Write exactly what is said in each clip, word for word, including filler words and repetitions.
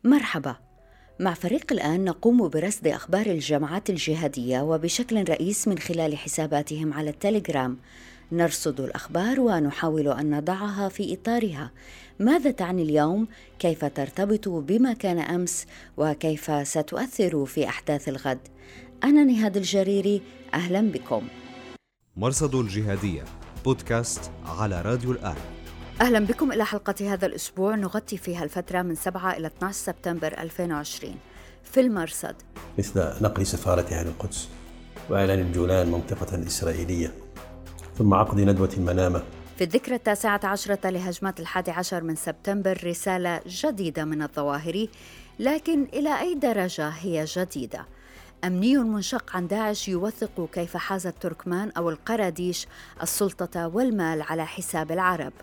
مرحبا. مع فريق الآن نقوم برصد أخبار الجماعات الجهادية وبشكل رئيس من خلال حساباتهم على التليجرام. نرصد الأخبار ونحاول أن نضعها في إطارها. ماذا تعني اليوم؟ كيف ترتبط بما كان أمس؟ وكيف ستؤثر في أحداث الغد؟ أنا نهاد الجريري، أهلا بكم. مرصد الجهادية بودكاست على راديو الآن. أهلا بكم إلى حلقة هذا الأسبوع نغطي فيها الفترة من سبعة إلى اثني عشر سبتمبر ألفين وعشرين. في المرصد مثل نقل سفارة أهل القدس وإعلان الجولان منطقة إسرائيلية، ثم عقد ندوة منامة. في الذكرى التاسعة عشرة لهجمات الحادي عشر من سبتمبر رسالة جديدة من الظواهري، لكن إلى أي درجة هي جديدة؟ أمني منشق عن داعش يوثق كيف حاز التركمان أو القراديش السلطة والمال على حساب العرب.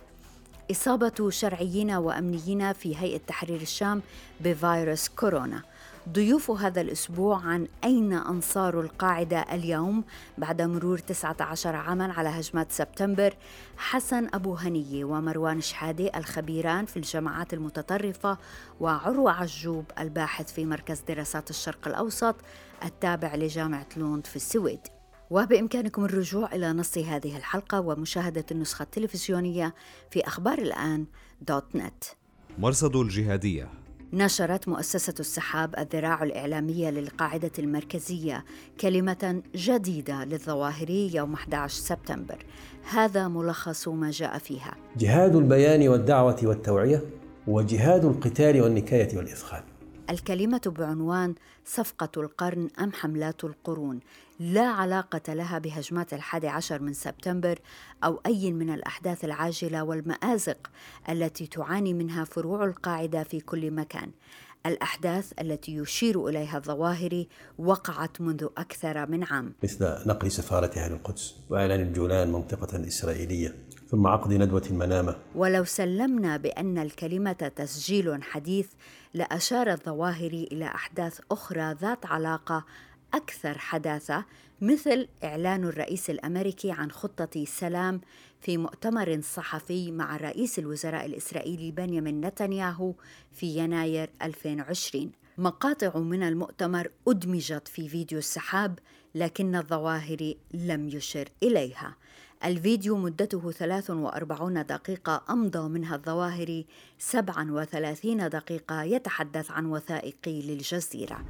إصابة شرعيين وأمنيين في هيئة تحرير الشام بفيروس كورونا. ضيوف هذا الأسبوع عن أين أنصار القاعدة اليوم بعد مرور تسعة عشر عاماً على هجمات سبتمبر. حسن أبو هنية ومروان شحادة الخبيران في الجماعات المتطرفة، وعروة عجوب الباحث في مركز دراسات الشرق الأوسط التابع لجامعة لوند في السويد. وبإمكانكم الرجوع إلى نص هذه الحلقة ومشاهدة النسخة التلفزيونية في أخبار الآن دوت نت. مرصد الجهادية. نشرت مؤسسة السحاب الذراع الإعلامية للقاعدة المركزية كلمة جديدة للظواهري يوم أحد عشر سبتمبر. هذا ملخص ما جاء فيها: جهاد البيان والدعوة والتوعية، وجهاد القتال والنكاية والإثخان. الكلمة بعنوان صفقة القرن أم حملات القرون لا علاقة لها بهجمات الحادي عشر من سبتمبر أو أي من الأحداث العاجلة والمآزق التي تعاني منها فروع القاعدة في كل مكان. الأحداث التي يشير إليها الظواهري وقعت منذ أكثر من عام، مثل نقل سفارة أهل القدس وإعلان الجولان منطقة إسرائيلية، ثم عقد ندوة منامة. ولو سلمنا بأن الكلمة تسجيل حديث، لأشار الظواهري إلى أحداث أخرى ذات علاقة أكثر حداثة، مثل إعلان الرئيس الأمريكي عن خطة سلام في مؤتمر صحفي مع رئيس الوزراء الإسرائيلي بنيامين نتنياهو في يناير ألفين وعشرين. مقاطع من المؤتمر أدمجت في فيديو السحاب، لكن الظواهري لم يشر إليها. الفيديو مدته ثلاث وأربعين دقيقة، أمضى منها الظواهري سبع وثلاثين دقيقة يتحدث عن وثائقي للجزيرة.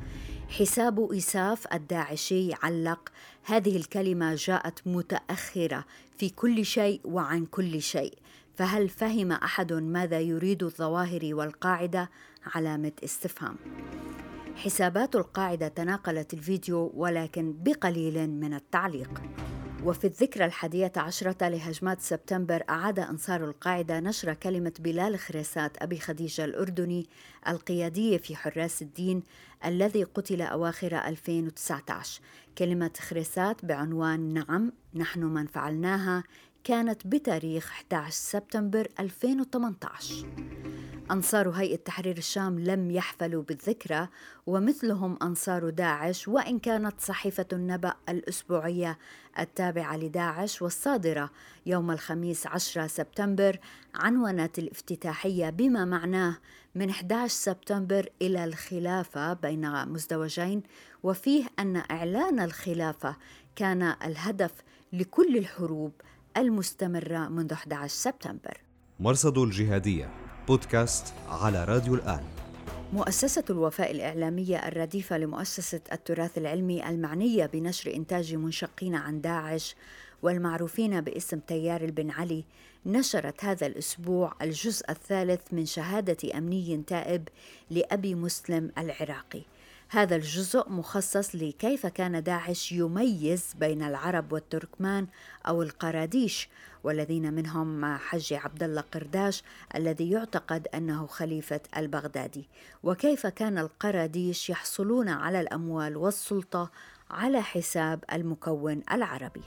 حساب إساف الداعشي علق: هذه الكلمة جاءت متأخرة في كل شيء وعن كل شيء، فهل فهم أحد ماذا يريد الظواهري والقاعدة؟ علامة استفهام. حسابات القاعدة تناقلت الفيديو ولكن بقليل من التعليق. وفي الذكرى الحادية عشرة لهجمات سبتمبر أعاد أنصار القاعدة نشر كلمة بلال خريسات أبي خديجة الأردني القيادي في حراس الدين الذي قتل أواخر ألفين وتسعة عشر. كلمة خريسات بعنوان نعم نحن من فعلناها كانت بتاريخ أحد عشر سبتمبر ألفين وثمانية عشر. أنصار هيئة تحرير الشام لم يحفلوا بالذكرى، ومثلهم أنصار داعش، وإن كانت صحيفة النبأ الأسبوعية التابعة لداعش والصادرة يوم الخميس عشرة سبتمبر عنونت الافتتاحية بما معناه من أحد عشر سبتمبر إلى الخلافة بين مزدوجين، وفيه أن إعلان الخلافة كان الهدف لكل الحروب المستمرة منذ أحد عشر سبتمبر. مرصد الجهادية بودكاست على راديو الآن. مؤسسة الوفاء الإعلامية الرديفة لمؤسسة التراث العلمي المعنية بنشر إنتاج منشقين عن داعش والمعروفين باسم تيار البن علي نشرت هذا الأسبوع الجزء الثالث من شهادة أمني تائب لأبي مسلم العراقي. هذا الجزء مخصص لكيف كان داعش يميز بين العرب والتركمان أو القراديش، والذين منهم حجي عبد الله قرداش الذي يعتقد أنه خليفة البغدادي، وكيف كان القراديش يحصلون على الأموال والسلطة على حساب المكون العربي.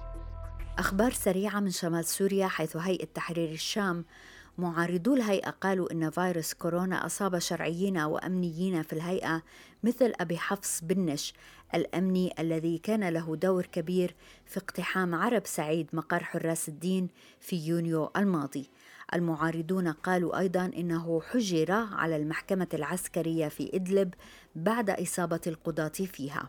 أخبار سريعة من شمال سوريا، حيث هيئة تحرير الشام معارضو الهيئة قالوا إن فيروس كورونا أصاب شرعيين وأمنيين في الهيئة، مثل أبي حفص بنش الأمني الذي كان له دور كبير في اقتحام عرب سعيد مقر حراس الدين في يونيو الماضي. المعارضون قالوا أيضا إنه حجر على المحكمة العسكرية في إدلب بعد إصابة القضاة فيها.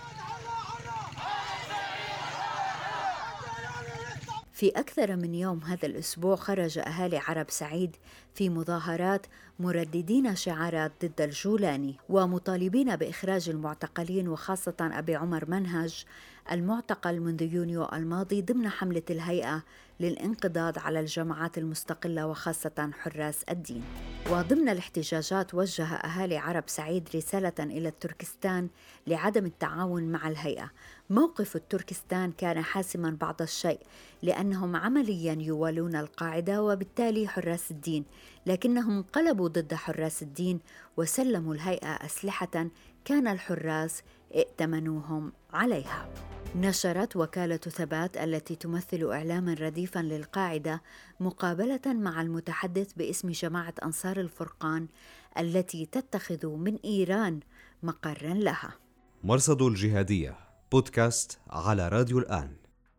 في أكثر من يوم هذا الأسبوع خرج أهالي عرب سعيد في مظاهرات مرددين شعارات ضد الجولاني ومطالبين بإخراج المعتقلين، وخاصة أبي عمر منهج المعتقل منذ يونيو الماضي ضمن حملة الهيئة للانقضاض على الجماعات المستقلة وخاصة حراس الدين. وضمن الاحتجاجات وجه أهالي عرب سعيد رسالة إلى التركستان لعدم التعاون مع الهيئة. موقف التركستان كان حاسما بعض الشيء لأنهم عمليا يوالون القاعدة وبالتالي حراس الدين، لكنهم انقلبوا ضد حراس الدين وسلموا الهيئة أسلحة كان الحراس ائتمنوهم عليها. نشرت وكالة ثبات التي تمثل إعلاما رديفا للقاعدة مقابلة مع المتحدث باسم جماعة أنصار الفرقان التي تتخذ من إيران مقرا لها. مرصد الجهادية بودكاست على راديو الآن.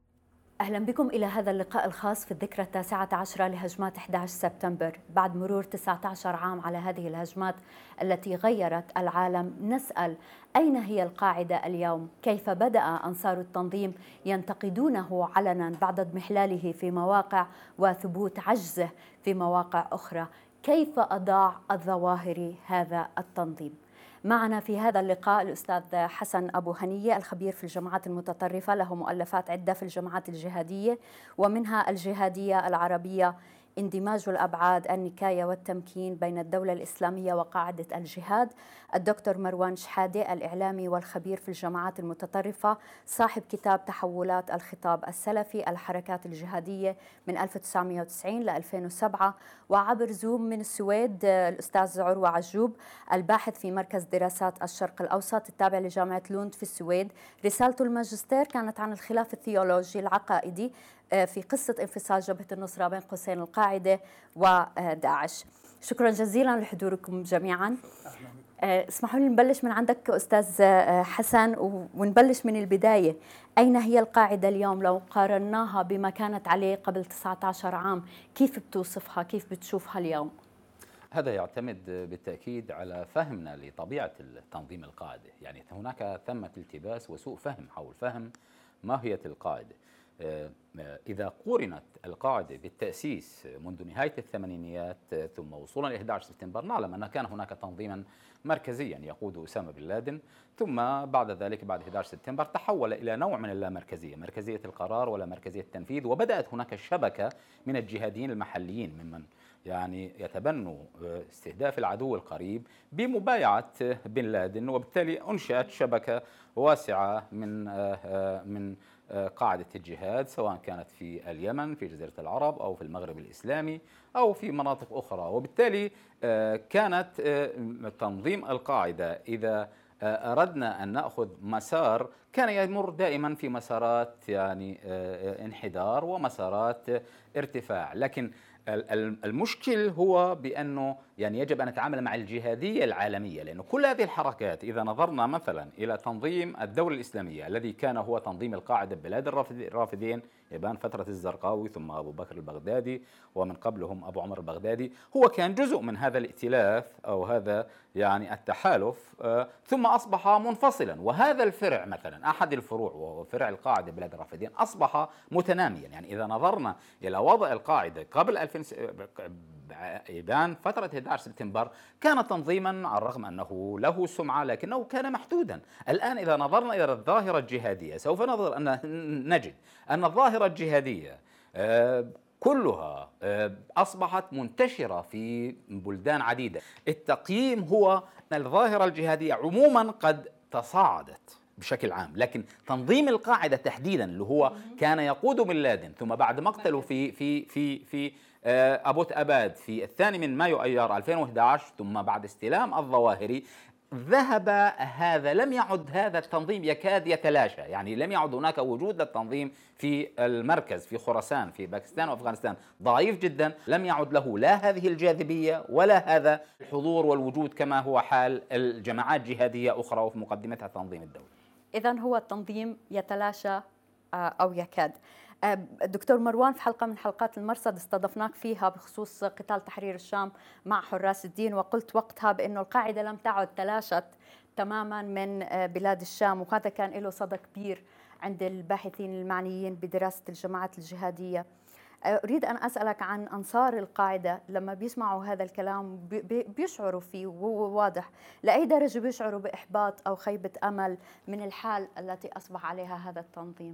أهلا بكم إلى هذا اللقاء الخاص في الذكرى التاسعة عشرة لهجمات أحد عشر سبتمبر. بعد مرور تسعة عشر عام على هذه الهجمات التي غيرت العالم، نسأل أين هي القاعدة اليوم؟ كيف بدأ أنصار التنظيم ينتقدونه علنا بعد اضمحلاله في مواقع وثبوت عجزه في مواقع أخرى؟ كيف أضاع الظواهري هذا التنظيم؟ معنا في هذا اللقاء الأستاذ حسن أبو هنية، الخبير في الجماعات المتطرفة، له مؤلفات عدة في الجماعات الجهادية ومنها الجهادية العربية، اندماج الأبعاد، النكاية والتمكين بين الدولة الإسلامية وقاعدة الجهاد. الدكتور مروان شحادة، الإعلامي والخبير في الجماعات المتطرفة، صاحب كتاب تحولات الخطاب السلفي الحركات الجهادية من ألف وتسعمئة وتسعين ل ألفين وسبعة. وعبر زوم من السويد الأستاذ عروة عجوب، الباحث في مركز دراسات الشرق الأوسط التابع لجامعة لوند في السويد. رسالته الماجستير كانت عن الخلاف الثيولوجي العقائدي في قصة انفصال جبهة النصرة بين قوسين القاعدة وداعش. شكرا جزيلا لحضوركم جميعا. اسمحوا لي نبلش من عندك أستاذ حسن ونبلش من البداية. أين هي القاعدة اليوم لو قارناها بما كانت عليه قبل تسعة عشر عام؟ كيف بتوصفها؟ كيف بتشوفها اليوم؟ هذا يعتمد بالتأكيد على فهمنا لطبيعة التنظيم القاعدة. يعني هناك ثمة التباس وسوء فهم حول فهم ماهية القاعدة. إذا قورنت القاعدة بالتأسيس منذ نهاية الثمانينيات ثم وصولا إلى أحد عشر سبتمبر، نعلم أن كان هناك تنظيما مركزيا يقود أسامة بن لادن، ثم بعد ذلك بعد أحد عشر سبتمبر تحول إلى نوع من اللامركزية، مركزية القرار ولا مركزية التنفيذ، وبدأت هناك شبكة من الجهاديين المحليين ممن يعني يتبنوا استهداف العدو القريب بمبايعة بن لادن، وبالتالي أنشأت شبكة واسعة من من قاعدة الجهاد، سواء كانت في اليمن في جزيرة العرب أو في المغرب الإسلامي أو في مناطق أخرى. وبالتالي كانت تنظيم القاعدة إذا أردنا أن نأخذ مسار كان يمر دائما في مسارات يعني انحدار ومسارات ارتفاع، لكن المشكل هو بأنه يعني يجب أن نتعامل مع الجهادية العالمية، لأن كل هذه الحركات إذا نظرنا مثلا إلى تنظيم الدولة الإسلامية الذي كان هو تنظيم القاعدة ببلاد الرافدين، يبان فترة الزرقاوي ثم أبو بكر البغدادي ومن قبلهم أبو عمر البغدادي، هو كان جزء من هذا الائتلاف أو هذا يعني التحالف، ثم أصبح منفصلا. وهذا الفرع مثلا أحد الفروع وهو فرع القاعدة ببلاد الرافدين أصبح متناميا. يعني إذا نظرنا إلى وضع القاعدة قبل ألفين يبان فترة أحد عشر سبتمبر كان تنظيما على الرغم أنه له سمعة لكنه كان محدودا. الآن إذا نظرنا إلى الظاهرة الجهادية سوف نظر أن نجد أن الظاهرة الجهادية كلها أصبحت منتشرة في بلدان عديدة. التقييم هو أن الظاهرة الجهادية عموما قد تصاعدت بشكل عام، لكن تنظيم القاعدة تحديدا اللي هو كان يقود بن لادن ثم بعد مقتله في في في في أبوت أباد في الثاني من مايو أيار ألفين وأحد عشر ثم بعد استلام الظواهري، ذهب هذا، لم يعد هذا التنظيم يكاد يتلاشى. يعني لم يعد هناك وجود للتنظيم في المركز في خراسان في باكستان وأفغانستان، ضعيف جدا، لم يعد له لا هذه الجاذبية ولا هذا الحضور والوجود كما هو حال الجماعات جهادية أخرى وفي مقدمتها التنظيم الدولي. إذن هو التنظيم يتلاشى أو يكاد. الدكتور مروان، في حلقة من حلقات المرصد استضفناك فيها بخصوص قتال تحرير الشام مع حراس الدين، وقلت وقتها بأنه القاعدة لم تعد تلاشت تماما من بلاد الشام، وهذا كان له صدى كبير عند الباحثين المعنيين بدراسة الجماعات الجهادية. أريد أن أسألك عن أنصار القاعدة، لما بيسمعوا هذا الكلام بيشعروا فيه، وهو واضح، لأي درجة بيشعروا بإحباط أو خيبة أمل من الحال التي أصبح عليها هذا التنظيم؟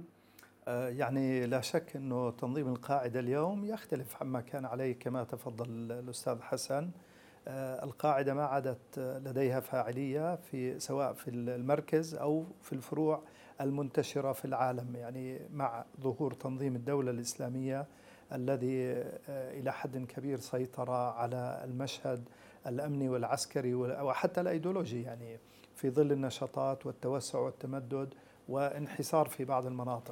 يعني لا شك أنه تنظيم القاعدة اليوم يختلف عما كان عليه كما تفضل الأستاذ حسن. القاعدة ما عادت لديها فاعلية في سواء في المركز أو في الفروع المنتشرة في العالم، يعني مع ظهور تنظيم الدولة الإسلامية الذي إلى حد كبير سيطر على المشهد الأمني والعسكري وحتى الأيديولوجي، يعني في ظل النشاطات والتوسع والتمدد وانحسار في بعض المناطق.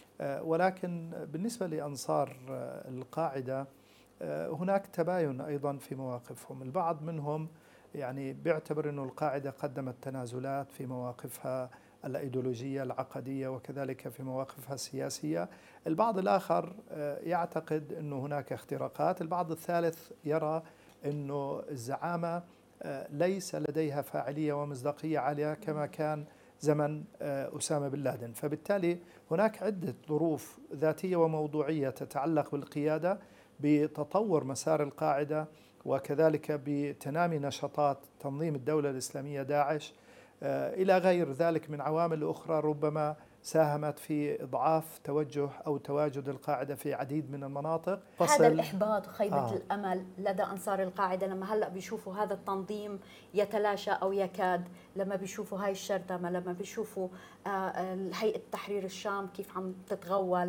ولكن بالنسبة لأنصار القاعدة هناك تباين أيضا في مواقفهم. البعض منهم يعني بيعتبر أن القاعدة قدمت تنازلات في مواقفها الأيديولوجية العقدية وكذلك في مواقفها السياسية. البعض الآخر يعتقد أن هناك اختراقات. البعض الثالث يرى أن الزعامة ليس لديها فاعلية ومصداقية عالية كما كان زمن أسامة بن لادن. فبالتالي هناك عدة ظروف ذاتية وموضوعية تتعلق بالقيادة، بتطور مسار القاعدة وكذلك بتنامي نشاطات تنظيم الدولة الإسلامية داعش إلى غير ذلك من عوامل أخرى ربما ساهمت في إضعاف توجه أو تواجد القاعدة في عديد من المناطق. هذا الإحباط وخيبة آه. الأمل لدى أنصار القاعدة لما هلأ بيشوفوا هذا التنظيم يتلاشى أو يكاد، لما بيشوفوا هاي الشرذمة، لما بيشوفوا آه هيئة تحرير الشام كيف عم تتغول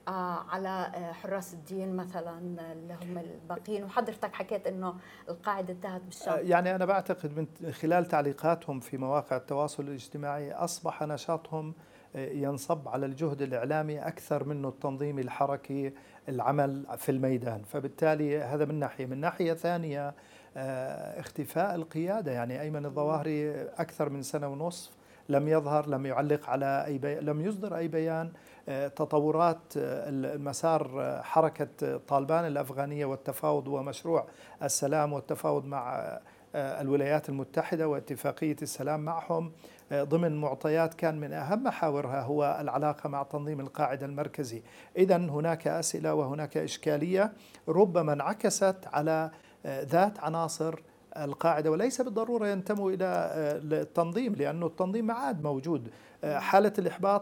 على حراس الدين مثلا اللي هم الباقيين، وحضرتك حكيت انه القاعده انتهت بالشام. يعني انا بعتقد من خلال تعليقاتهم في مواقع التواصل الاجتماعي اصبح نشاطهم ينصب على الجهد الاعلامي اكثر منه التنظيم الحركي، العمل في الميدان. فبالتالي هذا من ناحيه. من ناحيه ثانيه اختفاء القياده، يعني ايمن الظواهري اكثر من سنه ونصف لم يظهر، لم يعلق على أي بي... لم يصدر أي بيان. تطورات المسار حركة طالبان الأفغانية والتفاوض ومشروع السلام والتفاوض مع الولايات المتحدة واتفاقية السلام معهم ضمن معطيات كان من أهم محاورها هو العلاقة مع تنظيم القاعدة المركزي. إذن هناك أسئلة وهناك إشكالية ربما انعكست على ذات عناصر القاعدة، وليس بالضرورة ينتموا إلى التنظيم، لأنه التنظيم ما عاد موجود. حالة الإحباط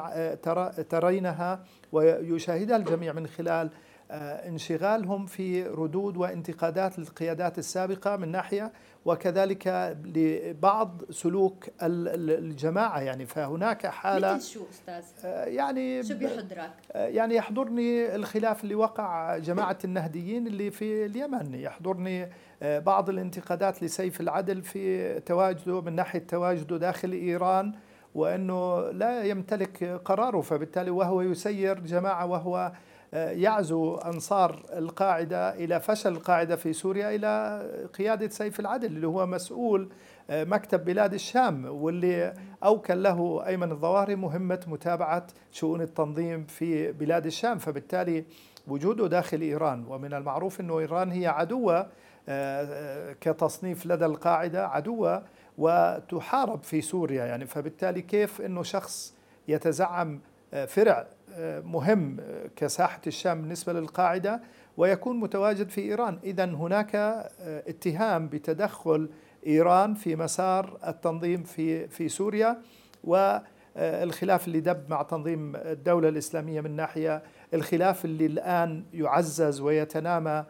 ترينها ويشاهدها الجميع من خلال انشغالهم في ردود وانتقادات للقيادات السابقة من ناحية، وكذلك لبعض سلوك الجماعة. يعني فهناك حالة مثل شو أستاذ؟ يعني شو بيحضرك؟ يعني يحضرني الخلاف اللي وقع جماعة النهديين اللي في اليمن، يحضرني بعض الانتقادات لسيف العدل في تواجده من ناحية تواجده داخل إيران وأنه لا يمتلك قراره، فبالتالي وهو يسير جماعة وهو يعزو أنصار القاعدة إلى فشل القاعدة في سوريا إلى قيادة سيف العدل اللي هو مسؤول مكتب بلاد الشام، واللي أوكل له أيمن الظواهري مهمة متابعة شؤون التنظيم في بلاد الشام. فبالتالي وجوده داخل إيران، ومن المعروف أنه إيران هي عدوة كتصنيف لدى القاعدة، عدوة وتحارب في سوريا. يعني فبالتالي كيف أنه شخص يتزعم فرع مهم كساحة الشام بالنسبة للقاعدة ويكون متواجد في إيران؟ إذن هناك اتهام بتدخل إيران في مسار التنظيم في في سوريا، والخلاف اللي دب مع تنظيم الدولة الإسلامية من ناحية، الخلاف اللي الآن يعزز ويتنامى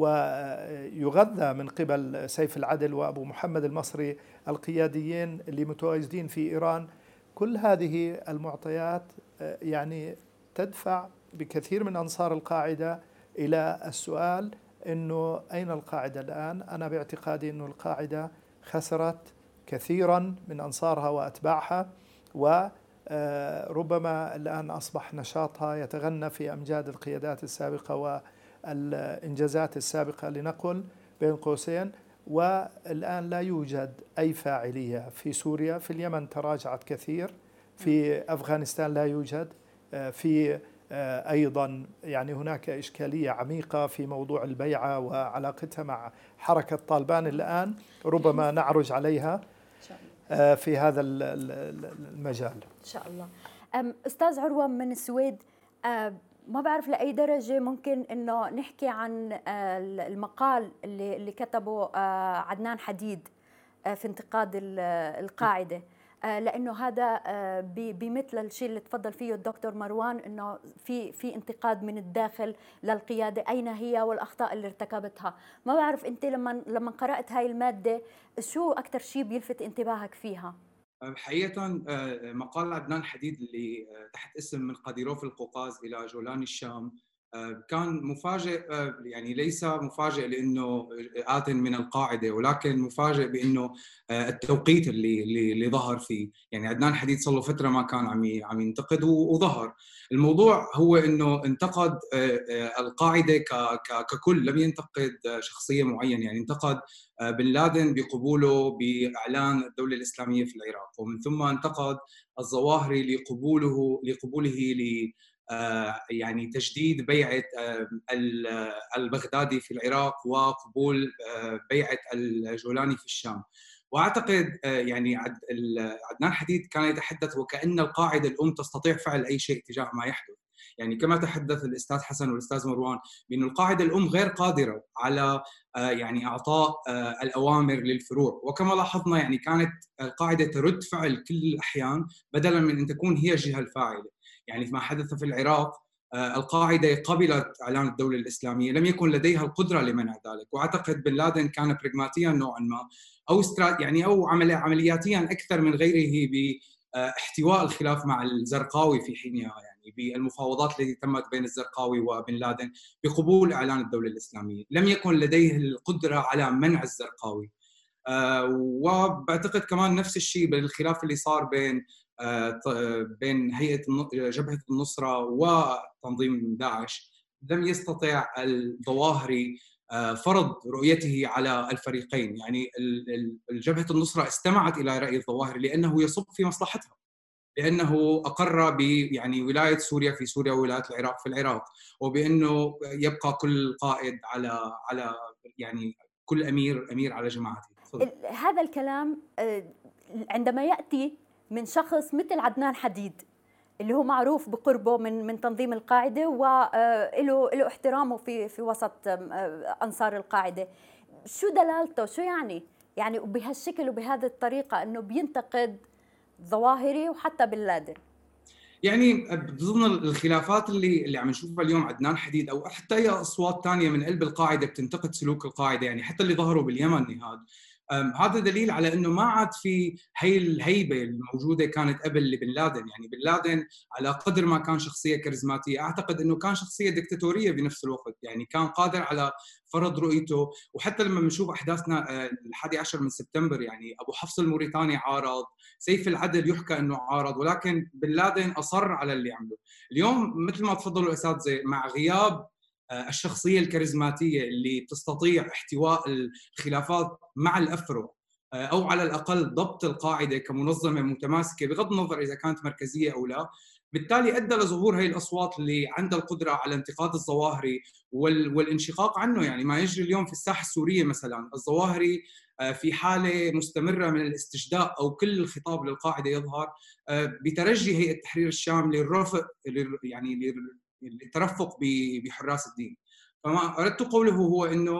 ويغذى من قبل سيف العدل وأبو محمد المصري القياديين اللي متواجدين في إيران. كل هذه المعطيات يعني تدفع بكثير من أنصار القاعدة إلى السؤال إنه أين القاعدة الآن؟ أنا باعتقادي إنه القاعدة خسرت كثيرا من أنصارها وأتباعها، وربما الآن أصبح نشاطها يتغنى في أمجاد القيادات السابقة والإنجازات السابقة لنقل بين قوسين، والآن لا يوجد أي فاعلية في سوريا. في اليمن تراجعت كثير، في أفغانستان لا يوجد، في أيضا يعني هناك إشكالية عميقة في موضوع البيعة وعلاقتها مع حركة طالبان الآن، ربما نعرج عليها في هذا المجال إن شاء الله. أستاذ عروة من السويد، ما بعرف لأي درجة ممكن إنه نحكي عن المقال اللي اللي كتبه عدنان حديد في انتقاد القاعدة، لأنه هذا بمثل الشيء اللي تفضل فيه الدكتور مروان، إنه في في انتقاد من الداخل للقيادة، أين هي والأخطاء اللي ارتكبتها. ما بعرف أنت لما لما قرأت هاي المادة شو أكثر شيء بيلفت انتباهك فيها؟ حقيقة مقال عدنان حديد اللي تحت اسم من قديروف القوقاز إلى جولان الشام كان مفاجئ، يعني ليس مفاجئ لأنه آت من القاعدة، ولكن مفاجئ بأنه التوقيت اللي اللي ظهر فيه. يعني عدنان حديد صار له فترة ما كان عم عم ينتقد وظهر. الموضوع هو أنه انتقد القاعدة ككل، لم ينتقد شخصية معينة. يعني انتقد بن لادن بقبوله بإعلان الدولة الإسلامية في العراق، ومن ثم انتقد الظواهري لقبوله لقبوله ل يعني تجديد بيعة البغدادي في العراق وقبول بيعة الجولاني في الشام. واعتقد يعني عدنان حديد كان يتحدث وكأن القاعدة الأم تستطيع فعل أي شيء تجاه ما يحدث. يعني كما تحدث الأستاذ حسن والأستاذ مروان بأن القاعدة الأم غير قادرة على يعني إعطاء الأوامر للفروع، وكما لاحظنا يعني كانت القاعدة ترد فعل كل الأحيان بدلا من أن تكون هي الجهة الفاعلة. يعني ما حدث في العراق القاعدة قبلت إعلان الدولة الإسلامية، لم يكن لديها القدرة لمنع ذلك. وأعتقد بن لادن كان براغماتيا نوعا ما، أو يعني أو عملياتيا أكثر من غيره باحتواء الخلاف مع الزرقاوي في حينها، يعني بالمفاوضات التي تمت بين الزرقاوي وبن لادن بقبول إعلان الدولة الإسلامية. لم يكن لديه القدرة على منع الزرقاوي. وبعتقد كمان نفس الشيء بالخلاف اللي صار بين بين هيئة جبهة النصرة وتنظيم داعش. لم يستطع الظواهري فرض رؤيته على الفريقين. يعني الجبهة النصرة استمعت إلى رأي الظواهري لأنه يصب في مصلحتها، لأنه أقر ب يعني ولاية سوريا في سوريا وولاية العراق في العراق، وبأنه يبقى كل قائد على على يعني كل أمير أمير على جماعته. هذا الكلام عندما يأتي من شخص مثل عدنان حديد اللي هو معروف بقربه من من تنظيم القاعدة وله له احترامه في في وسط أنصار القاعدة، شو دلالته؟ شو يعني؟ يعني بهالشكل وبهذه الطريقة إنه بينتقد ظواهري وحتى بن لادن. يعني ضمن الخلافات اللي اللي عم نشوفها اليوم عدنان حديد او حتى اي اصوات ثانيه من قلب القاعده بتنتقد سلوك القاعده، يعني حتى اللي ظهروا باليمن نهاد، هذا دليل على انه ما عاد في هي الهيبه الموجوده كانت قبل لبن لادن. يعني بن لادن على قدر ما كان شخصيه كاريزماتيه، اعتقد انه كان شخصيه دكتاتوريه بنفس الوقت، يعني كان قادر على فرض رؤيته. وحتى لما بنشوف احداثنا الحادي عشر من سبتمبر، يعني ابو حفص الموريتاني عارض، سيف العدل يحكى انه عارض، ولكن بن لادن اصر على اللي عمله. اليوم مثل ما تفضلوا الاساتذه، مع غياب الشخصيه الكاريزماتيه اللي تستطيع احتواء الخلافات مع الافرع، او على الاقل ضبط القاعده كمنظمه متماسكه بغض النظر اذا كانت مركزيه او لا، بالتالي ادى لظهور هي الاصوات اللي عندها القدره على انتقاد الظواهري والانشقاق عنه. يعني ما يجري اليوم في الساحه السوريه مثلا، الظواهري في حاله مستمره من الاستجداء، او كل الخطاب للقاعده يظهر بترجي هيئه تحرير الشام للرفق، يعني للترفق بحراس الدين. فما اردت قوله هو انه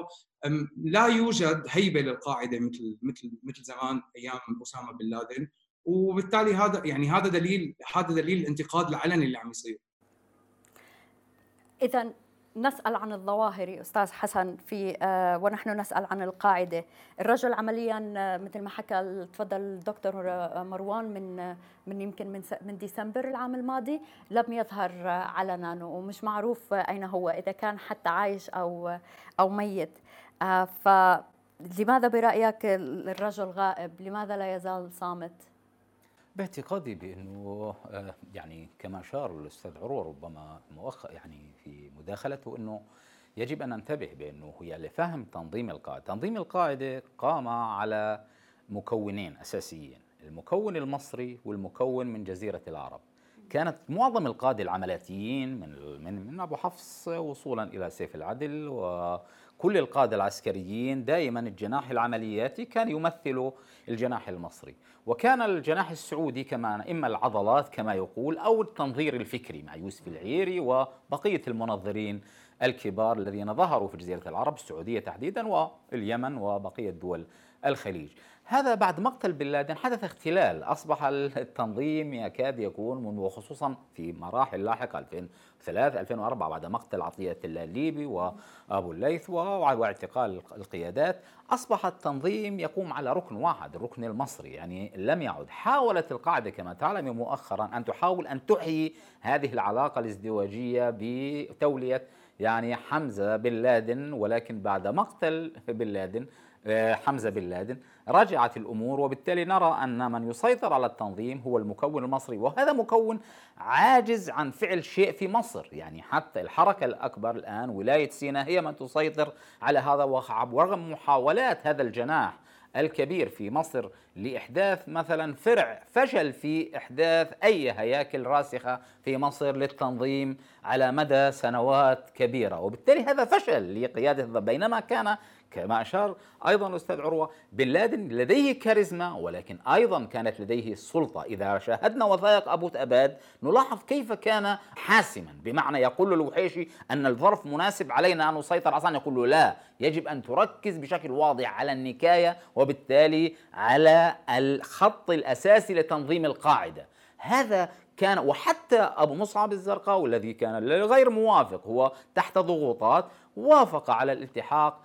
لا يوجد هيبه للقاعده مثل مثل مثل زمان ايام اسامه بن لادن، وبالتالي هذا يعني هذا دليل هذا دليل الانتقاد العلني اللي عم يصير. اذا نسأل عن الظواهري أستاذ حسن في آه ونحن نسأل عن القاعدة. الرجل عمليا آه مثل ما حكى تفضل الدكتور آه مروان من آه من يمكن من من ديسمبر العام الماضي لم يظهر آه علنا، ومش معروف آه أين هو، إذا كان حتى عايش أو آه أو ميت. آه فلماذا برأيك الرجل غائب؟ لماذا لا يزال صامت؟ باعتقادي بانه يعني كما اشار الاستاذ عروه ربما مؤخر يعني في مداخلته، انه يجب ان ننتبه بانه هي لفهم تنظيم القاعده، تنظيم القاعده قام على مكونين اساسيين، المكون المصري والمكون من جزيره العرب. كانت معظم القادة العملياتيين من من من أبو حفص وصولا إلى سيف العدل وكل القادة العسكريين دائما الجناح العملياتي كان يمثل الجناح المصري، وكان الجناح السعودي كما إما العضلات كما يقول أو التنظير الفكري مع يوسف العيري وبقية المنظرين الكبار الذين ظهروا في جزيرة العرب السعودية تحديدا واليمن وبقية دول الخليج. هذا بعد مقتل بن لادن حدث اختلال، أصبح التنظيم يكاد يكون وخصوصا في مراحل لاحقة ألفين وثلاثة ألفين وأربعة بعد مقتل عطية الله الليبي وأبو الليث واعتقال القيادات، أصبح التنظيم يقوم على ركن واحد، الركن المصري، يعني لم يعد. حاولت القاعدة كما تعلم مؤخرا أن تحاول أن تحيي هذه العلاقة الازدواجية بتولية يعني حمزة بن لادن، ولكن بعد مقتل بن لادن حمزة بن لادن رجعت الأمور، وبالتالي نرى أن من يسيطر على التنظيم هو المكون المصري، وهذا مكون عاجز عن فعل شيء في مصر. يعني حتى الحركة الأكبر الآن ولاية سيناء هي من تسيطر على هذا، ورغم محاولات هذا الجناح الكبير في مصر لإحداث مثلا فرع، فشل في إحداث أي هياكل راسخة في مصر للتنظيم على مدى سنوات كبيرة، وبالتالي هذا فشل لقيادة. بينما كان كما أشار أيضا الأستاذ عروة بن لادن لديه كاريزما، ولكن أيضا كانت لديه السلطة. إذا شاهدنا وثائق أبو تأباد نلاحظ كيف كان حاسما، بمعنى يقول له الوحيشي أن الظرف مناسب علينا أن نسيطر عصان، يقول له لا، يجب أن تركز بشكل واضح على النكاية وبالتالي على الخط الأساسي لتنظيم القاعدة. هذا كان، وحتى أبو مصعب الزرقاوي الذي كان غير موافق هو تحت ضغوطات وافق على الالتحاق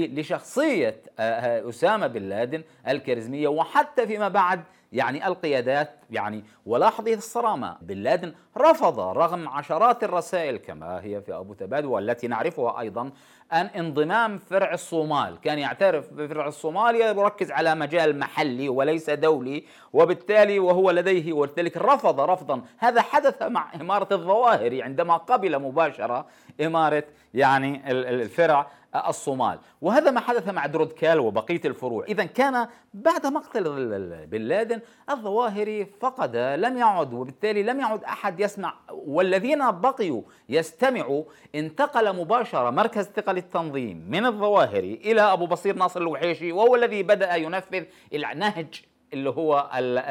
لشخصية أسامة بن لادن الكاريزمية، وحتى فيما بعد يعني القيادات يعني. ولاحظ الصرامة، بن لادن رفض رغم عشرات الرسائل كما هي في أبو تباد والتي نعرفها أيضا أن انضمام فرع الصومال، كان يعترف بفرع الصومال يركز على مجال محلي وليس دولي، وبالتالي وهو لديه وذلك رفض رفضا. هذا حدث مع إمارة الظواهري عندما قبل مباشرة إمارة يعني الفرع الصومال، وهذا ما حدث مع درودكال وبقية الفروع. إذا كان بعد مقتل بن لادن الظواهري فقد، لم يعد، وبالتالي لم يعد أحد يسمع، والذين بقيوا يستمعوا انتقل مباشرة مركز ثقل التنظيم من الظواهري إلى أبو بصير ناصر الوحيشي، وهو الذي بدأ ينفذ النهج اللي هو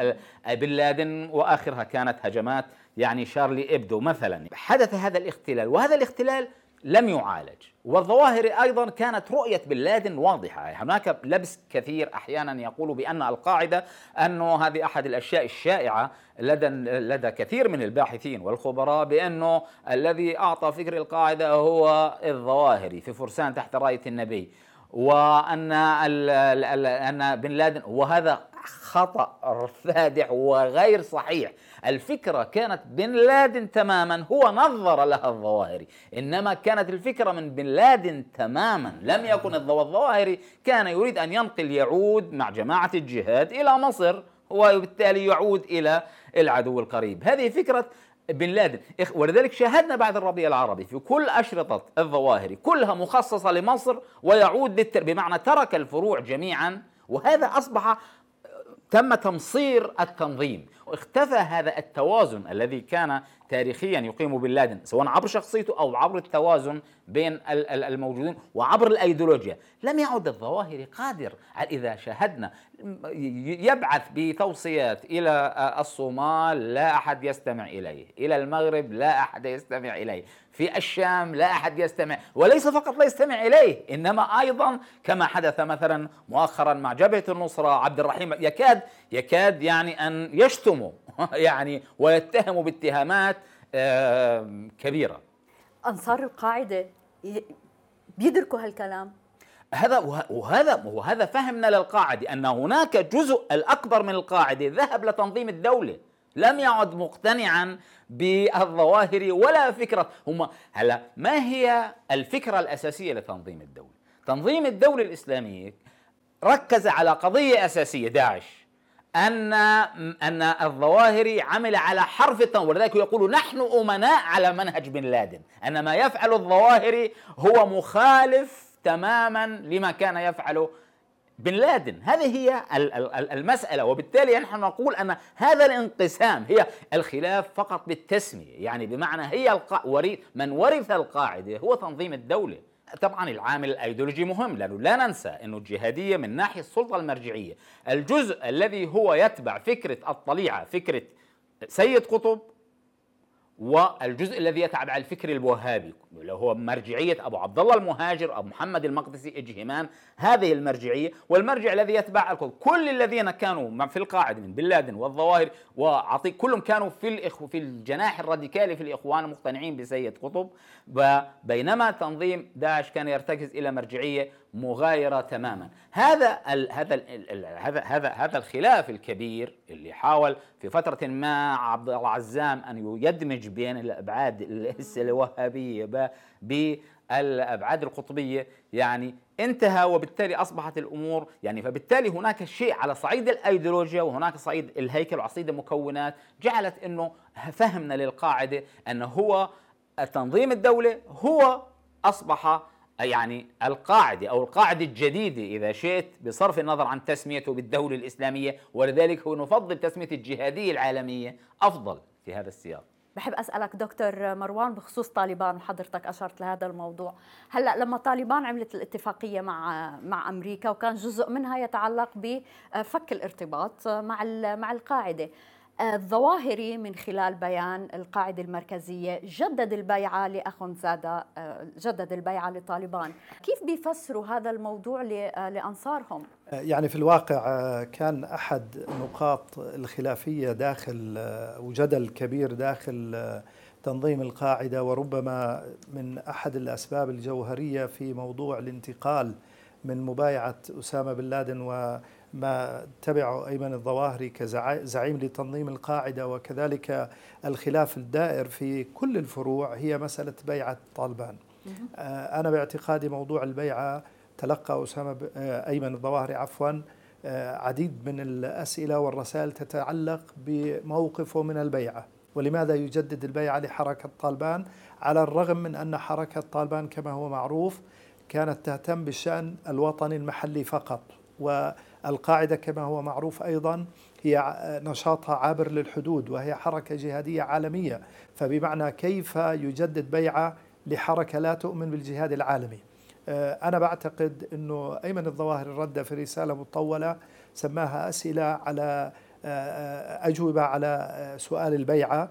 بن لادن، وآخرها كانت هجمات يعني شارلي إبدو مثلا. حدث هذا الاختلال، وهذا الاختلال لم يعالج. والظواهر أيضا كانت رؤية بن لادن واضحة. هناك لبس كثير أحيانا يقول بأن القاعدة أنه هذه أحد الأشياء الشائعة لدى لدى كثير من الباحثين والخبراء، بأنه الذي أعطى فكر القاعدة هو الظواهري في فرسان تحت راية النبي، وأن أن بن لادن، وهذا خطأ فادح وغير صحيح. الفكرة كانت بن لادن تماما، هو نظر لها الظواهري، إنما كانت الفكرة من بن لادن تماما، لم يكن الظواهري كان يريد أن ينقل، يعود مع جماعة الجهاد إلى مصر وبالتالي يعود إلى العدو القريب. هذه فكرة بن لادن، ولذلك شاهدنا بعد الربيع العربي في كل أشرطة الظواهري كلها مخصصة لمصر ويعود للتر... بمعنى ترك الفروع جميعا، وهذا أصبح تم تمصير التنظيم، واختفى هذا التوازن الذي كان تاريخيا يقيم بن لادن سواء عبر شخصيته أو عبر التوازن بين الموجودين وعبر الأيديولوجيا. لم يعد الظواهري قادر. إذا شاهدنا يبعث بتوصيات إلى الصومال لا أحد يستمع إليه، إلى المغرب لا أحد يستمع إليه، في الشام لا أحد يستمع، وليس فقط لا يستمع إليه إنما أيضا كما حدث مثلا مؤخرا مع جبهة النصرة عبد الرحيم يكاد يكاد يعني أن يشتموا يعني ويتهموا باتهامات كبيرة. أنصار القاعدة بيدركوا هالكلام. هذا وهذا وهذا فهمنا للقاعدة، أن هناك جزء الأكبر من القاعدة ذهب لتنظيم الدولة، لم يعد مقتنعا بالظواهر ولا فكرة. هم هلا ما هي الفكرة الأساسية لتنظيم الدولة؟ تنظيم الدولة الإسلامية ركز على قضية أساسية، داعش، أن أن الظواهري عمل على حرف التنظيم، ولذلك يقول نحن أمناء على منهج بن لادن، أن ما يفعل الظواهري هو مخالف تماما لما كان يفعله بن لادن. هذه هي المسألة. وبالتالي نحن نقول أن هذا الانقسام هي الخلاف فقط بالتسمية، يعني بمعنى هي من ورث القاعدة هو تنظيم الدولة. طبعا العامل الايديولوجي مهم، لانه لا ننسى انه الجهاديه من ناحيه السلطه المرجعيه الجزء الذي هو يتبع فكره الطليعه، فكره سيد قطب، والجزء الذي يتبع الفكر الوهابي اللي هو مرجعيه ابو عبد الله المهاجر او محمد المقدسي اجهمان، هذه المرجعيه. والمرجع الذي يتبع القطب كل الذين كانوا في القاعده من بن لادن والظواهر وعطيك كلهم كانوا في الإخو في الجناح الراديكالي في الاخوان مقتنعين بسيد قطب، بينما تنظيم داعش كان يرتكز الى مرجعيه مغايره تماما. هذا ال هذا ال هذا هذا هذا الخلاف الكبير اللي حاول في فتره ما عبد الله عزام ان يدمج بين الابعاد الوهابيه بالابعاد القطبيه يعني انتهى، وبالتالي اصبحت الامور يعني فبالتالي هناك شيء على صعيد الايديولوجيا وهناك صعيد الهيكل وصعيد المكونات جعلت انه فهمنا للقاعده انه هو تنظيم الدوله هو اصبح يعني القاعده او القاعده الجديده اذا شئت، بصرف النظر عن تسميته بالدوله الاسلاميه، ولذلك هو نفضل تسميه الجهاديه العالميه افضل في هذا السياق. بحب أسألك دكتور مروان بخصوص طالبان، وحضرتك أشرت لهذا الموضوع. هلأ لما طالبان عملت الاتفاقية مع مع أمريكا وكان جزء منها يتعلق بفك الارتباط مع مع القاعدة، الظواهري من خلال بيان القاعدة المركزية جدد البيعة لأخونزادا، جدد البيعة لطالبان. كيف بيفسروا هذا الموضوع لأنصارهم؟ يعني في الواقع كان أحد نقاط الخلافية داخل وجدل كبير داخل تنظيم القاعدة، وربما من أحد الأسباب الجوهرية في موضوع الانتقال من مبايعة أسامة بن لادن وما تبعه أيمن الظواهري كزعيم لتنظيم القاعدة، وكذلك الخلاف الدائر في كل الفروع، هي مسألة بيعة طالبان. أنا باعتقادي موضوع البيعة تلقى أسامة أيمن الظواهري عفوا عديد من الأسئلة والرسائل تتعلق بموقفه من البيعة، ولماذا يجدد البيعة لحركة طالبان على الرغم من أن حركة طالبان كما هو معروف كانت تهتم بالشأن الوطني المحلي فقط، والقاعدة كما هو معروف أيضا هي نشاطها عابر للحدود وهي حركة جهادية عالمية. فبمعنى كيف يجدد بيعة لحركة لا تؤمن بالجهاد العالمي؟ أنا بعتقد أنه أيمن الظواهري رد في رسالة مطولة سماها أسئلة على أجوبة على سؤال البيعة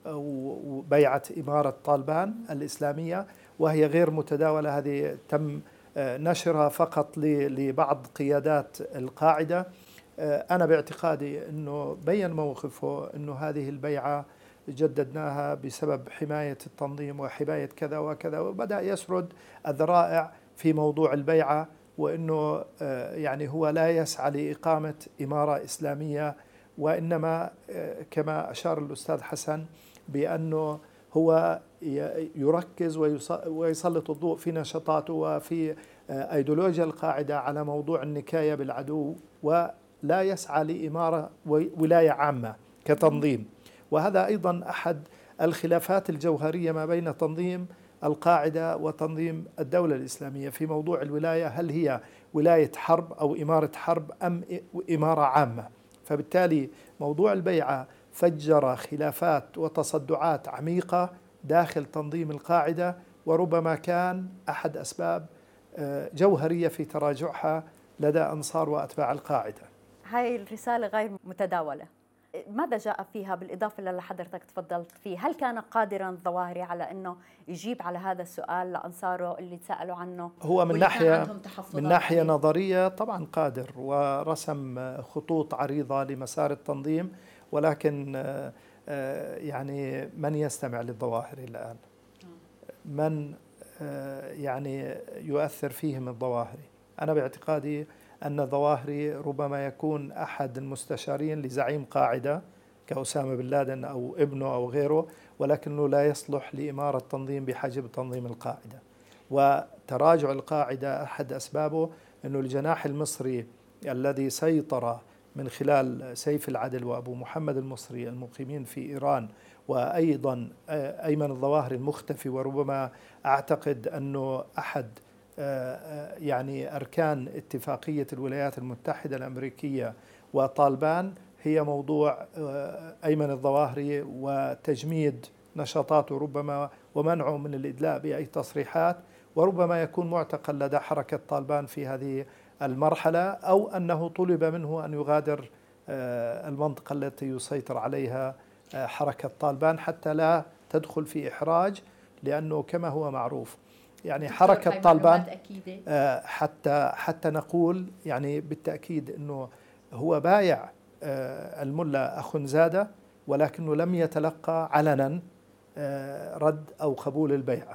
وبيعة إمارة طالبان الإسلامية، وهي غير متداولة. هذه تم نشرها فقط لبعض قيادات القاعدة. أنا باعتقادي أنه بين موقفه أنه هذه البيعة جددناها بسبب حماية التنظيم وحماية كذا وكذا، وبدأ يسرد الذرائع في موضوع البيعة، وأنه يعني هو لا يسعى لإقامة إمارة إسلامية، وإنما كما أشار الأستاذ حسن بأنه هو يركز ويسلط الضوء في نشاطاته وفي أيديولوجيا القاعدة على موضوع النكاية بالعدو، ولا يسعى لإمارة ولاية عامة كتنظيم. وهذا أيضا أحد الخلافات الجوهرية ما بين تنظيم القاعدة وتنظيم الدولة الإسلامية في موضوع الولاية، هل هي ولاية حرب أو إمارة حرب أم إمارة عامة؟ فبالتالي موضوع البيعة فجر خلافات وتصدعات عميقة داخل تنظيم القاعدة، وربما كان أحد أسباب جوهرية في تراجعها لدى أنصار وأتباع القاعدة. هاي الرسالة غير متداولة، ماذا جاء فيها بالإضافة للي حضرتك تفضلت فيه؟ هل كان قادرا الظواهري على أنه يجيب على هذا السؤال لأنصاره اللي تسألوا عنه؟ هو من ناحية من ناحية نظرية طبعا قادر، ورسم خطوط عريضة لمسار التنظيم، ولكن يعني من يستمع للظواهري الآن؟ من يعني يؤثر فيهم الظواهري؟ أنا باعتقادي أن الظواهري ربما يكون أحد المستشارين لزعيم قاعدة كأسامة بن لادن أو ابنه أو غيره، ولكنه لا يصلح لإمارة تنظيم بحجم تنظيم القاعدة. وتراجع القاعدة أحد أسبابه أنه الجناح المصري الذي سيطر من خلال سيف العدل وأبو محمد المصري المقيمين في إيران، وأيضا أيمن الظواهري المختفي، وربما أعتقد أنه أحد يعني أركان اتفاقية الولايات المتحدة الأمريكية وطالبان هي موضوع أيمن الظواهري وتجميد نشاطاته ربما ومنعه من الإدلاء بأي تصريحات، وربما يكون معتقل لدى حركة طالبان في هذه المرحلة، أو أنه طلب منه أن يغادر المنطقة التي يسيطر عليها حركة طالبان حتى لا تدخل في إحراج، لأنه كما هو معروف يعني حركة طالبان حتى حتى نقول يعني بالتأكيد أنه هو بايع الملا أخنزادة، ولكنه لم يتلقى علنا رد أو قبول البيعة،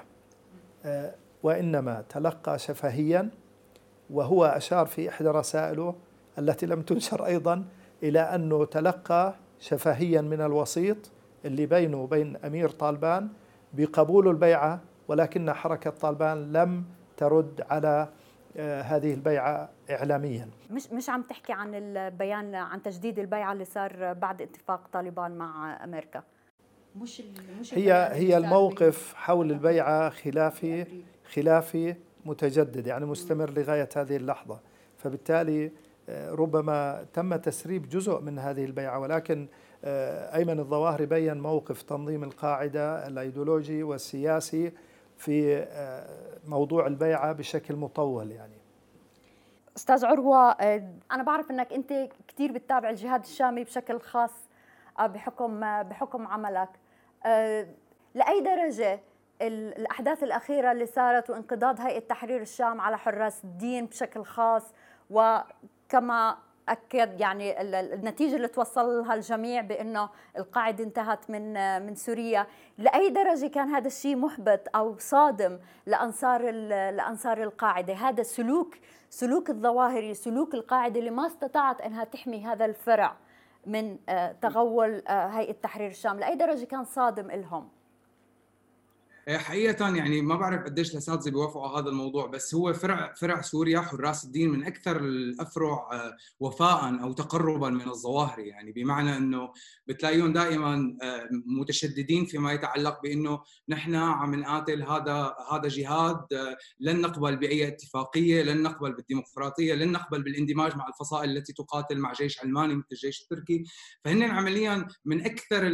وإنما تلقى شفهيا. وهو أشار في إحدى رسائله التي لم تنشر أيضا إلى أنه تلقى شفهيا من الوسيط اللي بينه وبين أمير طالبان بقبول البيعة، ولكن حركة طالبان لم ترد على هذه البيعة إعلاميا. مش مش عم تحكي عن البيان عن تجديد البيعة اللي صار بعد اتفاق طالبان مع أمريكا؟ مش مش هي هي الموقف حول البيعة خلافي خلافي متجدد، يعني مستمر لغاية هذه اللحظة، فبالتالي ربما تم تسريب جزء من هذه البيعة، ولكن أيمن الظواهري بيّن موقف تنظيم القاعدة الأيديولوجي والسياسي في موضوع البيعة بشكل مطول. يعني أستاذ عروة، أنا بعرف أنك أنت كتير بتتابع الجهاد الشامي بشكل خاص بحكم بحكم عملك، لأي درجة الأحداث الأخيرة اللي صارت وانقضاض هيئة تحرير الشام على حراس الدين بشكل خاص، وكما أكد يعني النتيجة اللي توصل لها الجميع بأنه القاعدة انتهت من من سوريا، لأي درجة كان هذا الشيء محبط أو صادم لأنصار لأنصار القاعدة؟ هذا سلوك سلوك الظواهري، سلوك القاعدة اللي ما استطاعت أنها تحمي هذا الفرع من تغول هيئة تحرير الشام، لأي درجة كان صادم لهم؟ حقيقة يعني ما بعرف قديش الأساتذة بيوافقوا على هذا الموضوع، بس هو فرع فرع سوريا حراس الدين من أكثر الأفرع وفاء أو تقربا من الظواهري، يعني بمعنى أنه بتلاقيهم دائما متشددين فيما يتعلق بأنه نحن عم نقاتل هذا هذا جهاد، لن نقبل بأي اتفاقية، لن نقبل بالديمقراطية، لن نقبل بالاندماج مع الفصائل التي تقاتل مع جيش علماني مثل الجيش التركي. فهن عمليا من أكثر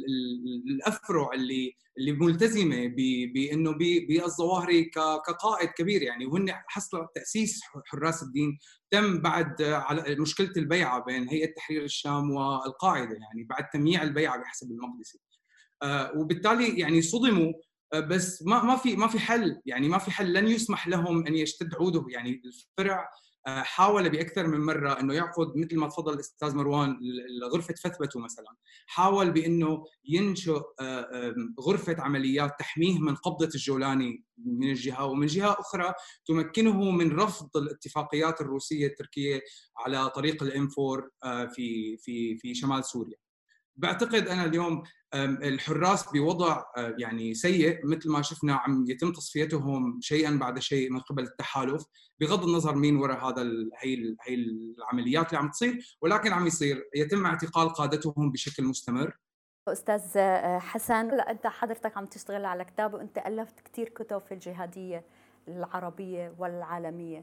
الأفرع اللي اللي ملتزمه بانه بالظواهري كقائد كبير، يعني وهن حصل تاسيس حراس الدين تم بعد على مشكله البيعه بين هيئه تحرير الشام والقاعده، يعني بعد تمييع البيعه بحسب المقدسي، وبالتالي يعني صدموا، بس ما ما في ما في حل، يعني ما في حل، لن يسمح لهم ان يشتد عوده. يعني الفرع حاول باكثر من مره انه يعقد مثل ما تفضل الاستاذ مروان غرفه فثبته مثلا، حاول بانه ينشئ غرفه عمليات تحميه من قبضه الجولاني من الجهه، ومن جهه اخرى تمكنه من رفض الاتفاقيات الروسيه التركيه على طريق الانفور في في في شمال سوريا. بعتقد أنا اليوم الحراس بوضع يعني سيء، مثل ما شفنا عم يتم تصفيتهم شيئا بعد شيء من قبل التحالف، بغض النظر مين وراء هذا هي هي العمليات اللي عم تصير، ولكن عم يصير يتم اعتقال قادتهم بشكل مستمر. أستاذ حسن، لا أنت حضرتك عم تشتغل على كتاب، وأنت ألفت كتير كتب في الجهادية العربية والعالمية.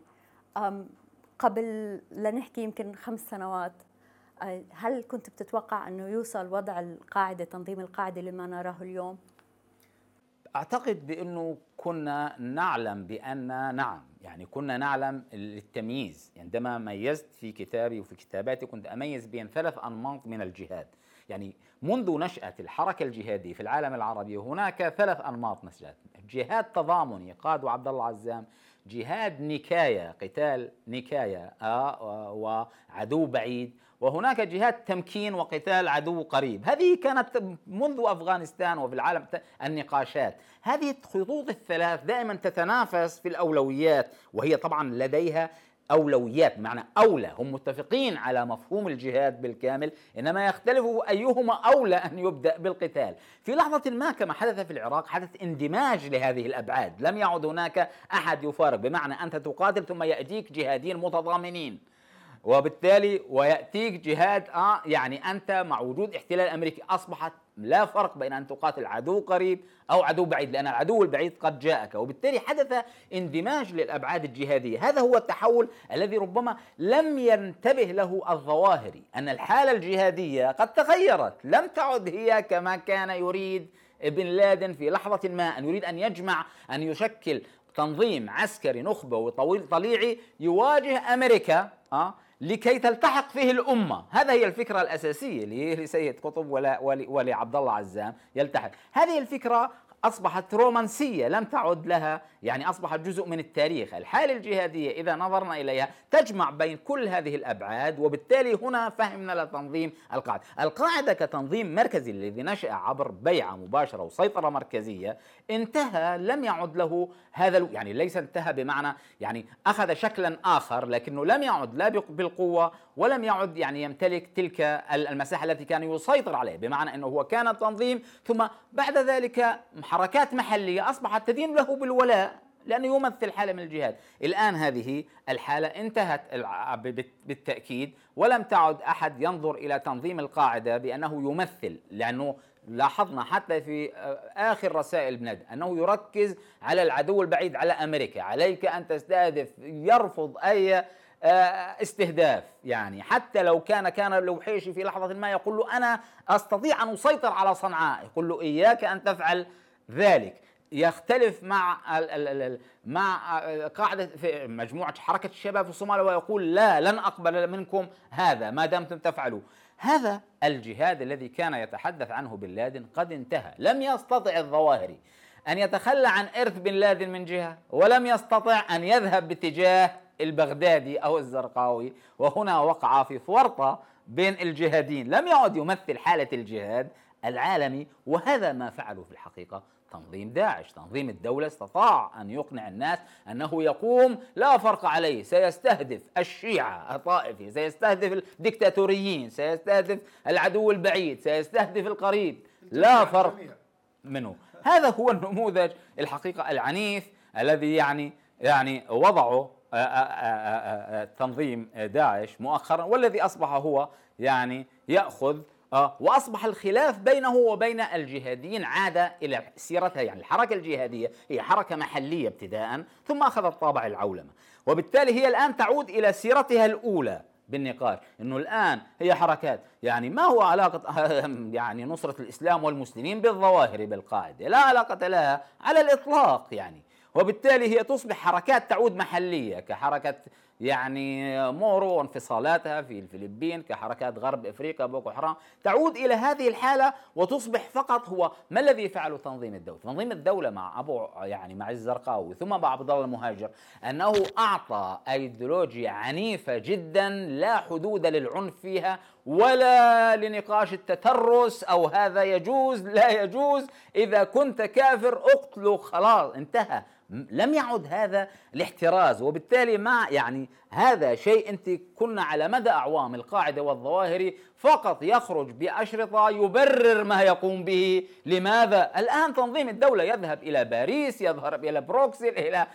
قبل لنحكي يمكن خمس سنوات، هل كنت بتتوقع أنه يوصل وضع القاعدة، تنظيم القاعدة لما نراه اليوم؟ أعتقد بأنه كنا نعلم بأن نعم، يعني كنا نعلم التمييز. عندما ميزت في كتابي وفي كتاباتي كنت أميز بين ثلاث أنماط من الجهاد. يعني منذ نشأة الحركة الجهادية في العالم العربي هناك ثلاث أنماط مسجات: جهاد تضامني قاده عبد الله عزام، جهاد نكاية قتال نكاية آه وعدو بعيد، وهناك جهاد تمكين وقتال عدو قريب. هذه كانت منذ أفغانستان وفي العالم النقاشات. هذه الخطوط الثلاث دائما تتنافس في الأولويات، وهي طبعا لديها أولويات، بمعنى أولى، هم متفقين على مفهوم الجهاد بالكامل، إنما يختلف أيهما أولى أن يبدأ بالقتال. في لحظة ما كما حدث في العراق حدث اندماج لهذه الأبعاد، لم يعد هناك أحد يفارق، بمعنى أنت تقاتل ثم يأتيك جهادين متضامنين، وبالتالي ويأتيك جهاد آه يعني أنت مع وجود احتلال أمريكي أصبحت لا فرق بين أن تقاتل عدو قريب أو عدو بعيد، لأن العدو البعيد قد جاءك، وبالتالي حدث اندماج للأبعاد الجهادية. هذا هو التحول الذي ربما لم ينتبه له الظواهري، أن الحالة الجهادية قد تغيرت، لم تعد هي كما كان يريد بن لادن في لحظة ما، أن يريد أن يجمع، أن يشكل تنظيم عسكري نخبة وطويل طليعي يواجه أمريكا أه لكي تلتحق فيه الأمة. هذا هي الفكرة الأساسية لسيد قطب ولعبد الله عزام يلتحق. هذه الفكرة أصبحت رومانسية لم تعد لها، يعني أصبحت جزء من التاريخ. الحالة الجهادية إذا نظرنا إليها تجمع بين كل هذه الأبعاد، وبالتالي هنا فهمنا لتنظيم القاعدة. القاعدة كتنظيم مركزي الذي نشأ عبر بيعة مباشرة وسيطرة مركزية انتهى، لم يعد له هذا، يعني ليس انتهى بمعنى يعني أخذ شكلا آخر، لكنه لم يعد لا بالقوة ولم يعد يعني يمتلك تلك المساحة التي كان يسيطر عليها، بمعنى أنه هو كان تنظيم ثم بعد ذلك حركات محلية أصبحت تدين له بالولاء لأنه يمثل حالة من الجهاد. الآن هذه الحالة انتهت بالتأكيد، ولم تعد أحد ينظر إلى تنظيم القاعدة بأنه يمثل، لأنه لاحظنا حتى في آخر رسائل بن لادن أنه يركز على العدو البعيد، على أمريكا، عليك أن تستهدف، يرفض أي استهداف، يعني حتى لو كان كان الوحيشي في لحظة ما يقول له أنا أستطيع أن أسيطر على صنعاء، يقول له إياك أن تفعل ذلك. يختلف مع مع قاعدة في مجموعة حركة الشباب في الصومال ويقول لا، لن أقبل منكم هذا ما دمتم تفعلوا. هذا الجهاد الذي كان يتحدث عنه بن لادن قد انتهى. لم يستطع الظواهري أن يتخلى عن إرث بن لادن من جهة، ولم يستطع أن يذهب باتجاه البغدادي أو الزرقاوي، وهنا وقع في فرطة بين الجهادين. لم يعد يمثل حالة الجهاد العالمي، وهذا ما فعله في الحقيقة تنظيم داعش. تنظيم الدولة استطاع أن يقنع الناس أنه يقوم لا فرق عليه، سيستهدف الشيعة الطائفي، سيستهدف الدكتاتوريين، سيستهدف العدو البعيد، سيستهدف القريب، لا فرق منه. هذا هو النموذج الحقيقة العنيف الذي يعني يعني وضعه تنظيم داعش مؤخرا، والذي أصبح هو يعني يأخذ آه وأصبح الخلاف بينه وبين الجهاديين عاد إلى سيرتها. يعني الحركة الجهادية هي حركة محلية ابتداء، ثم أخذت طابع العولمة، وبالتالي هي الآن تعود إلى سيرتها الأولى بالنقاش، أنه الآن هي حركات يعني ما هو علاقة يعني نصرة الإسلام والمسلمين بالظواهر بالقاعدة، لا علاقة لها على الإطلاق يعني. وبالتالي هي تصبح حركات تعود محلية كحركة يعني مورو وانفصالاتها في الفلبين، كحركات غرب افريقيا بوكو حرام، تعود الى هذه الحاله وتصبح فقط هو ما الذي فعله تنظيم الدوله. تنظيم الدوله مع ابو يعني مع الزرقاوي ثم مع عبد الله المهاجر انه اعطى ايديولوجيا عنيفه جدا لا حدود للعنف فيها ولا لنقاش التترس او هذا يجوز لا يجوز، اذا كنت كافر اقتله خلاص انتهى. لم يعد هذا الاحتراز، وبالتالي مع يعني هذا شيء انت كنا على مدى اعوام القاعده والظواهري فقط يخرج باشرطه يبرر ما يقوم به. لماذا الان تنظيم الدوله يذهب الى باريس، يذهب الى بروكسل، الى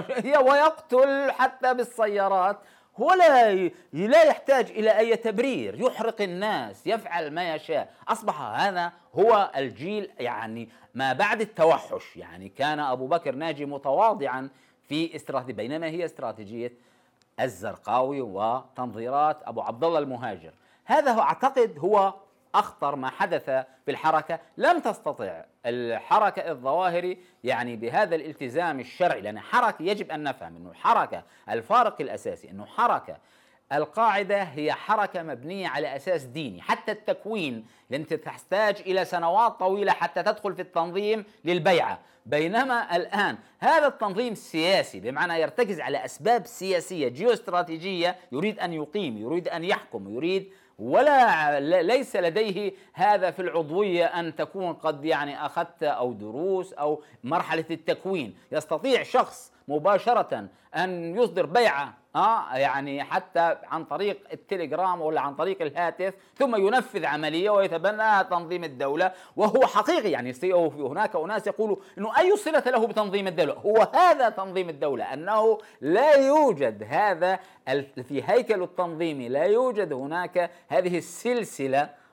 ويقتل حتى بالسيارات، ولا لا يحتاج إلى أي تبرير، يحرق الناس، يفعل ما يشاء. أصبح هذا هو الجيل يعني ما بعد التوحش. يعني كان أبو بكر ناجي متواضعا في استراتيجية، بينما هي استراتيجية الزرقاوي وتنظيرات أبو عبد الله المهاجر. هذا أعتقد هو أخطر ما حدث في الحركة. لم تستطع الحركة الظواهري يعني بهذا الالتزام الشرعي، لأن حركة يجب أن نفهم أنه الحركة الفارق الأساسي أنه حركة القاعدة هي حركة مبنية على أساس ديني، حتى التكوين لأن تحتاج إلى سنوات طويلة حتى تدخل في التنظيم للبيعة، بينما الآن هذا التنظيم سياسي بمعنى يرتكز على أسباب سياسية جيوستراتيجية، يريد أن يقيم، يريد أن يحكم، يريد ولا ليس لديه هذا في العضوية أن تكون قد يعني أخذت أو دروس أو مرحلة التكوين. يستطيع شخص مباشرة أن يصدر بيعة آه يعني حتى عن طريق التليجرام ولا عن طريق الهاتف، ثم ينفذ عملية ويتبنى تنظيم الدولة، وهو حقيقي. يعني هناك أناس يقولوا أنه أي صلة له بتنظيم الدولة؟ هو هذا تنظيم الدولة، أنه لا يوجد هذا في هيكل التنظيمي، لا يوجد هناك هذه السلسلة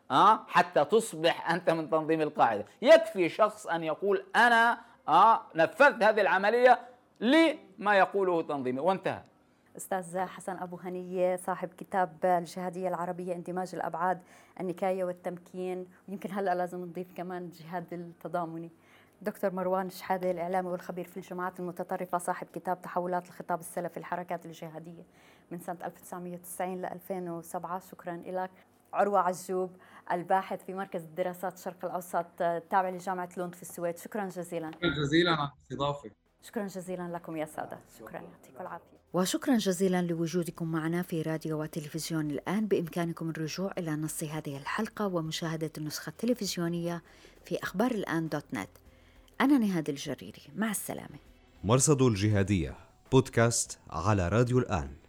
آه حتى تصبح أنت من تنظيم القاعدة. يكفي شخص أن يقول أنا آه نفذت هذه العملية لما يقوله تنظيمي وانتهى. أستاذ حسن أبو هنية صاحب كتاب الجهادية العربية اندماج الأبعاد النكاية والتمكين، ويمكن هلأ لازم نضيف كمان الجهاد التضامني. دكتور مروان شحادة الإعلامي والخبير في الجماعات المتطرفة صاحب كتاب تحولات الخطاب السلفي الحركات الجهادية من سنة ألف وتسعمئة وتسعين ل ألفين وسبعة. شكرا لك. عروة عجوب الباحث في مركز الدراسات الشرق الأوسط التابع لجامعة لوند في السويد، شكرا جزيلا. شكرا جزيلا على الاستضافة. شكرا جزيلا لكم يا سادة. شكرا، يعطيكم العافية. وشكرا جزيلا لوجودكم معنا في راديو وتلفزيون الآن. بإمكانكم الرجوع إلى نص هذه الحلقة ومشاهدة النسخة التلفزيونية في أخبار الآن دوت نت. أنا نهاد الجريري، مع السلامة. مرصد الجهادية بودكاست على راديو الآن.